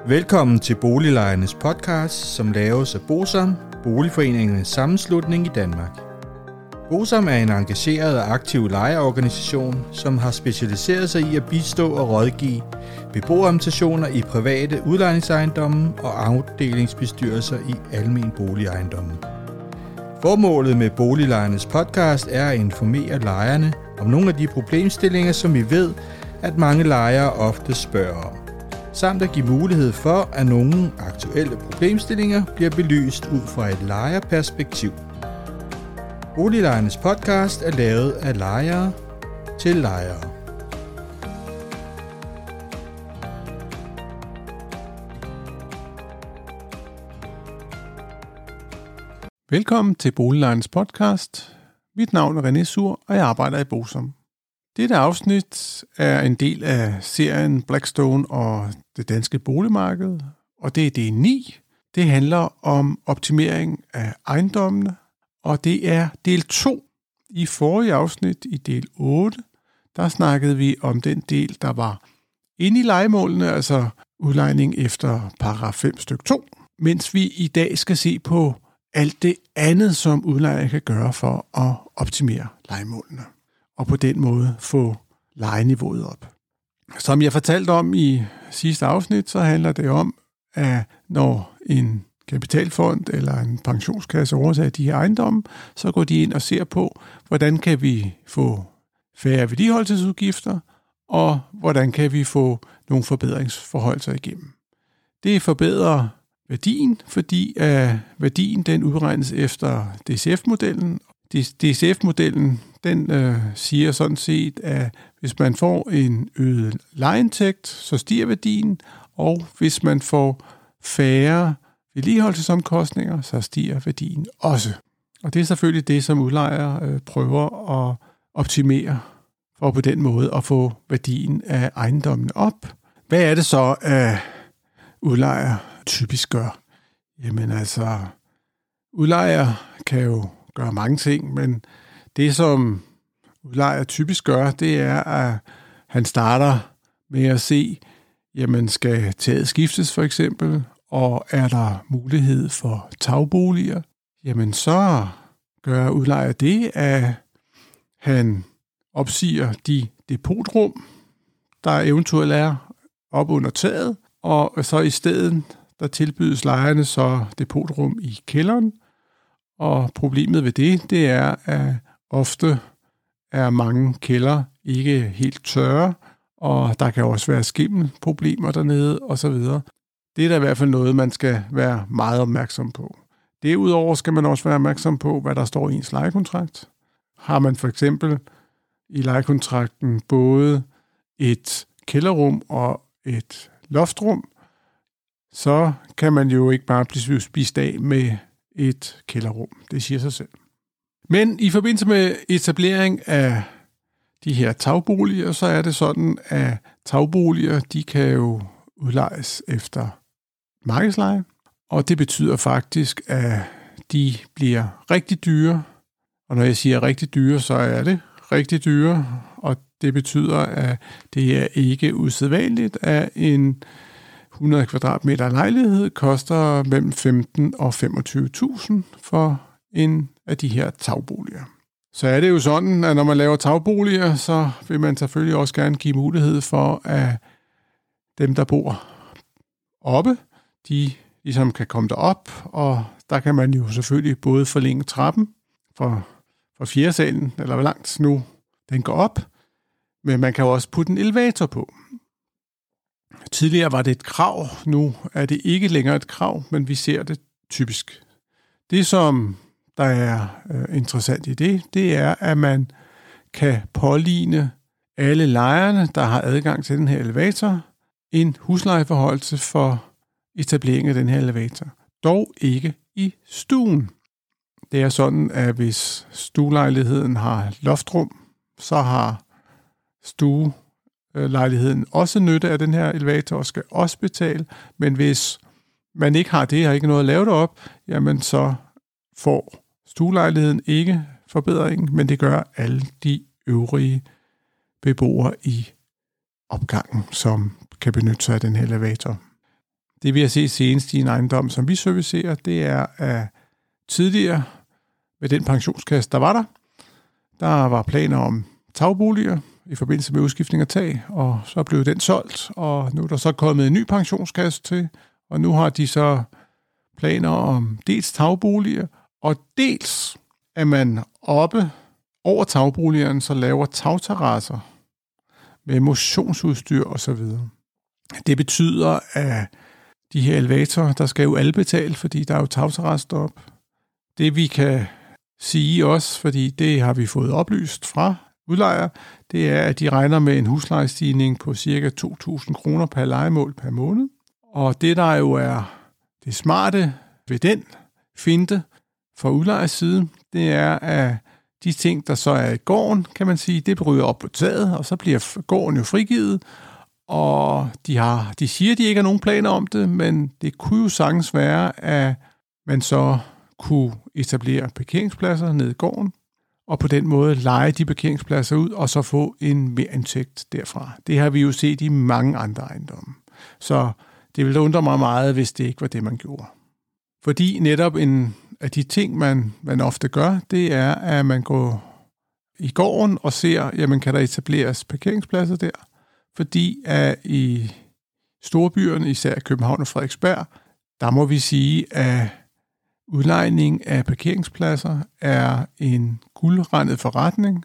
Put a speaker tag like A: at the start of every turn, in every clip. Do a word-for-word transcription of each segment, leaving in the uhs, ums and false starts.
A: Velkommen til Boliglejernes podcast, som laves af BOSAM, Boligforeningernes Sammenslutning i Danmark. BOSAM er en engageret og aktiv lejerorganisation, som har specialiseret sig i at bistå og rådgive beboerrepræsentationer i private udlejningsejendomme og afdelingsbestyrelser i almen boligejendomme. Formålet med Boliglejernes podcast er at informere lejerne om nogle af de problemstillinger, som vi ved, at mange lejere ofte spørger om, samt at give mulighed for, at nogle aktuelle problemstillinger bliver belyst ud fra et lejerperspektiv. Boliglejernes podcast er lavet af lejere til lejere.
B: Velkommen til Boliglejernes podcast. Mit navn er René Sur, og jeg arbejder i BOSAM. Dette afsnit er en del af serien Blackstone og det danske boligmarked, og det er del ni. Det handler om optimering af ejendommene, og det er del to. I forrige afsnit, i del otte, der snakkede vi om den del, der var inde i lejemålene, altså udlejning efter paragraf fem stykke to, mens vi i dag skal se på alt det andet, som udlejer kan gøre for at optimere lejemålene, og på den måde få lejeniveauet op. Som jeg fortalte om i sidste afsnit, så handler det om, at når en kapitalfond eller en pensionskasse overtager de her ejendomme, så går de ind og ser på, hvordan kan vi få færre vedligeholdelsesudgifter, og hvordan kan vi få nogle forbedringsforholdelser igennem. Det forbedrer værdien, fordi at værdien den udregnes efter D C F-modellen. D C F-modellen den øh, siger sådan set, at hvis man får en øget lejeindtægt, så stiger værdien, og hvis man får færre vedligeholdelsesomkostninger, så stiger værdien også. Og det er selvfølgelig det, som udlejer øh, prøver at optimere, for på den måde at få værdien af ejendommen op. Hvad er det så, at udlejer typisk gør? Jamen altså, udlejer kan jo gøre mange ting, men det, som udlejer typisk gør, det er, at han starter med at se, jamen skal taget skiftes for eksempel, og er der mulighed for tagboliger, jamen så gør udlejer det, at han opsiger de depotrum, der eventuelt er op under taget, og så i stedet, der tilbydes lejerne så depotrum i kælderen, og problemet ved det, det er, at ofte er mange kælder ikke helt tørre, og der kan også være skimmelproblemer dernede osv. Det er da i hvert fald noget, man skal være meget opmærksom på. Derudover skal man også være opmærksom på, hvad der står i ens lejekontrakt. Har man for eksempel i lejekontrakten både et kælderrum og et loftrum, så kan man jo ikke bare blive spist af med et kælderrum. Det siger sig selv. Men i forbindelse med etablering af de her tagboliger, så er det sådan, at tagboliger, de kan jo udlejes efter markedsleje, og det betyder faktisk, at de bliver rigtig dyre. Og når jeg siger rigtig dyre, så er det rigtig dyre, og det betyder, at det er ikke usædvanligt, at en hundrede kvadratmeter lejlighed koster mellem femten og femogtyve tusind for en af de her tagboliger. Så er det jo sådan, at når man laver tagboliger, så vil man selvfølgelig også gerne give mulighed for, at dem, der bor oppe, de ligesom kan komme derop, og der kan man jo selvfølgelig både forlænge trappen for, for fjerde salen, eller hvor langt nu den går op, men man kan jo også putte en elevator på. Tidligere var det et krav, nu er det ikke længere et krav, men vi ser det typisk. Det, som der er øh, interessant i det, det er, at man kan påligne alle lejerne, der har adgang til den her elevator, en huslejeforholdelse for etablering af den her elevator. Dog ikke i stuen. Det er sådan, at hvis stuelejligheden har loftrum, så har stuelejligheden også nytte af den her elevator og skal også betale. Men hvis man ikke har det og ikke noget at lave derop, jamen så får stuelejligheden ikke forbedringen, men det gør alle de øvrige beboere i opgangen, som kan benytte sig af den her elevator. Det vi har set senest i en ejendom, som vi servicerer, det er, at tidligere med den pensionskasse, der var der, der var planer om tagboliger i forbindelse med udskiftning af tag, og så blev den solgt, og nu er der så kommet en ny pensionskasse til, og nu har de så planer om dels tagboliger, og dels at man oppe over tagboligerne så laver tagterrasser med motionsudstyr osv. Det betyder, at de her elevatorer, der skal jo alle betale, fordi der er jo tagterrasse deroppe. Det vi kan sige også, fordi det har vi fået oplyst fra udlejer, det er, at de regner med en huslejestigning på ca. to tusind kroner per lejemål per måned. Og det, der jo er det smarte ved den finte fra udlejers side, det er, at de ting, der så er i gården, kan man sige, det ryger op på taget, og så bliver gården jo frigivet, og de, har, de siger, at de ikke har nogen planer om det, men det kunne jo sagtens være, at man så kunne etablere parkeringspladser nede i gården, og på den måde leje de parkeringspladser ud, og så få en merindtægt derfra. Det har vi jo set i mange andre ejendomme. Så det ville undre mig meget, hvis det ikke var det, man gjorde. Fordi netop en af de ting, man, man ofte gør, det er, at man går i gården og ser, jamen kan der etableres parkeringspladser der? Fordi at i storbyerne, især København og Frederiksberg, der må vi sige, at udlejning af parkeringspladser er en guldrandet forretning,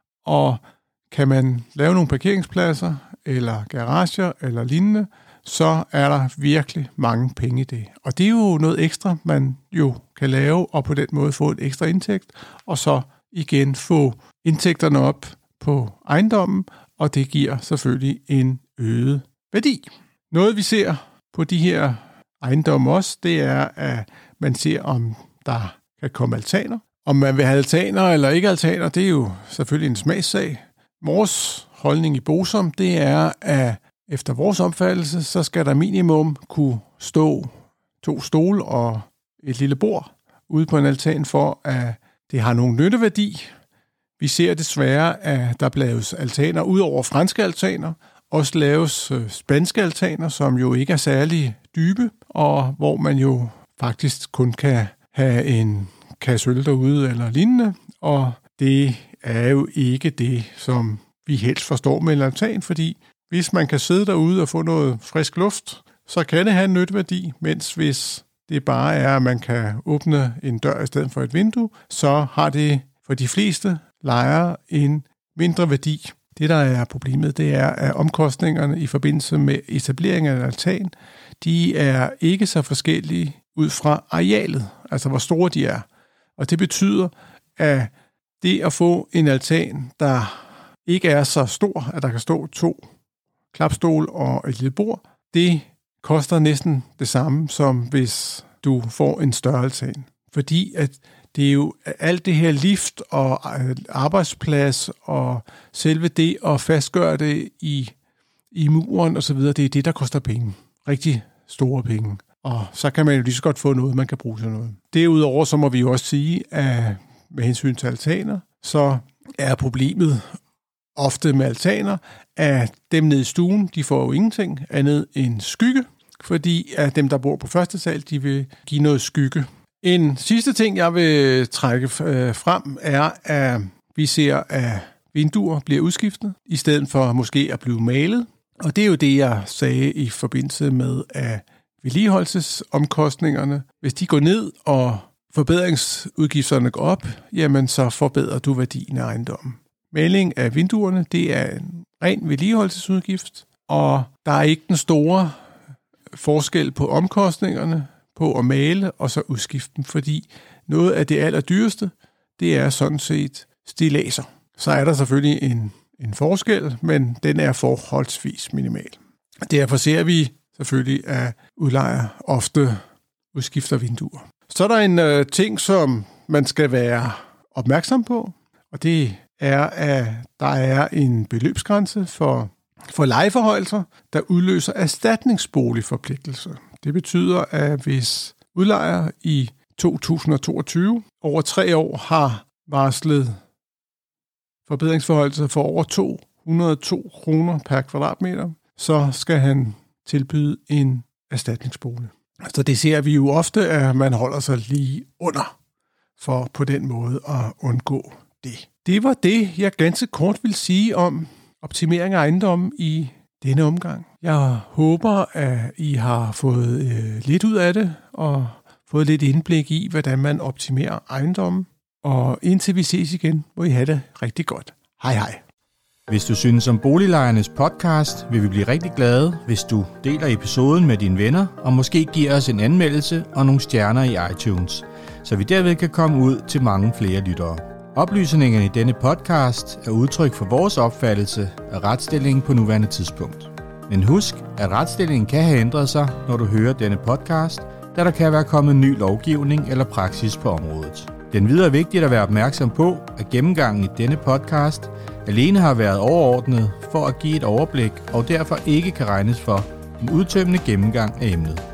B: og kan man lave nogle parkeringspladser, eller garager, eller lignende, så er der virkelig mange penge i det. Og det er jo noget ekstra, man jo kan lave, og på den måde få en ekstra indtægt, og så igen få indtægterne op på ejendommen, og det giver selvfølgelig en øget værdi. Noget vi ser på de her ejendomme også, det er, at man ser, om der kan komme altaner. Om man vil have altaner eller ikke altaner, det er jo selvfølgelig en smagssag. Vores holdning i Bosom, det er, at efter vores opfattelse, så skal der minimum kunne stå to stole og et lille bord ude på en altan, for at det har nogen nytteværdi. Vi ser desværre, at der laves altaner ud over franske altaner, også laves spanske altaner, som jo ikke er særlig dybe, og hvor man jo faktisk kun kan have en kasse øl derude eller lignende, og det er jo ikke det, som vi helst forstår med en altan, fordi hvis man kan sidde derude og få noget frisk luft, så kan det have en nytteværdi, mens hvis det bare er, at man kan åbne en dør i stedet for et vindue, så har det for de fleste lejere en mindre værdi. Det, der er problemet, det er, at omkostningerne i forbindelse med etablering af en altan, de er ikke så forskellige ud fra arealet, altså hvor store de er. Og det betyder, at det at få en altan, der ikke er så stor, at der kan stå to klapstol og et lille bord, det koster næsten det samme, som hvis du får en større altan. Fordi at det er jo alt det her lift og arbejdsplads og selve det at fastgøre det i, i muren og så videre, det er det, der koster penge. Rigtig store penge. Og så kan man jo lige så godt få noget, man kan bruge til noget. Derudover så må vi jo også sige, at med hensyn til altaner, så er problemet ofte med altaner, at dem nede i stuen, de får jo ingenting andet end skygge, fordi at dem, der bor på første sal, de vil give noget skygge. En sidste ting, jeg vil trække frem, er, at vi ser, at vinduer bliver udskiftet, i stedet for måske at blive malet. Og det er jo det, jeg sagde i forbindelse med, at vedligeholdelsesomkostningerne, hvis de går ned, og forbedringsudgifterne går op, jamen så forbedrer du værdien af ejendommen. Maling af vinduerne, det er en ren vedligeholdelsesudgift, og der er ikke den store forskel på omkostningerne på at male og så udskifte dem, fordi noget af det allerdyreste, det er sådan set stilladser. Så er der selvfølgelig en, en forskel, men den er forholdsvis minimal. Derfor ser vi selvfølgelig, at udlejer ofte udskifter vinduer. Så er der en øh, ting, som man skal være opmærksom på, og det er, at der er en beløbsgrænse for, for lejeforhøjelser, der udløser erstatningsboligforpligtelse. Det betyder, at hvis udlejer i to tusind og toogtyve over tre år har varslet forbedringsforhøjelser for over to hundrede og to kroner per kvadratmeter, så skal han tilbyde en erstatningsbolig. Så det ser vi jo ofte, at man holder sig lige under, for på den måde at undgå det. Det var det, jeg ganske kort vil sige om optimering af ejendom i denne omgang. Jeg håber, at I har fået øh, lidt ud af det, og fået lidt indblik i, hvordan man optimerer ejendommen. Og indtil vi ses igen, må I have det rigtig godt. Hej hej.
A: Hvis du synes om Boliglejernes podcast, vil vi blive rigtig glade, hvis du deler episoden med dine venner, og måske giver os en anmeldelse og nogle stjerner i iTunes, så vi derved kan komme ud til mange flere lyttere. Oplysningerne i denne podcast er udtryk for vores opfattelse af retsstillingen på nuværende tidspunkt. Men husk, at retsstillingen kan have ændret sig, når du hører denne podcast, da der kan være kommet ny lovgivning eller praksis på området. Den videre er vigtigt at være opmærksom på, at gennemgangen i denne podcast alene har været overordnet for at give et overblik og derfor ikke kan regnes for en udtømmende gennemgang af emnet.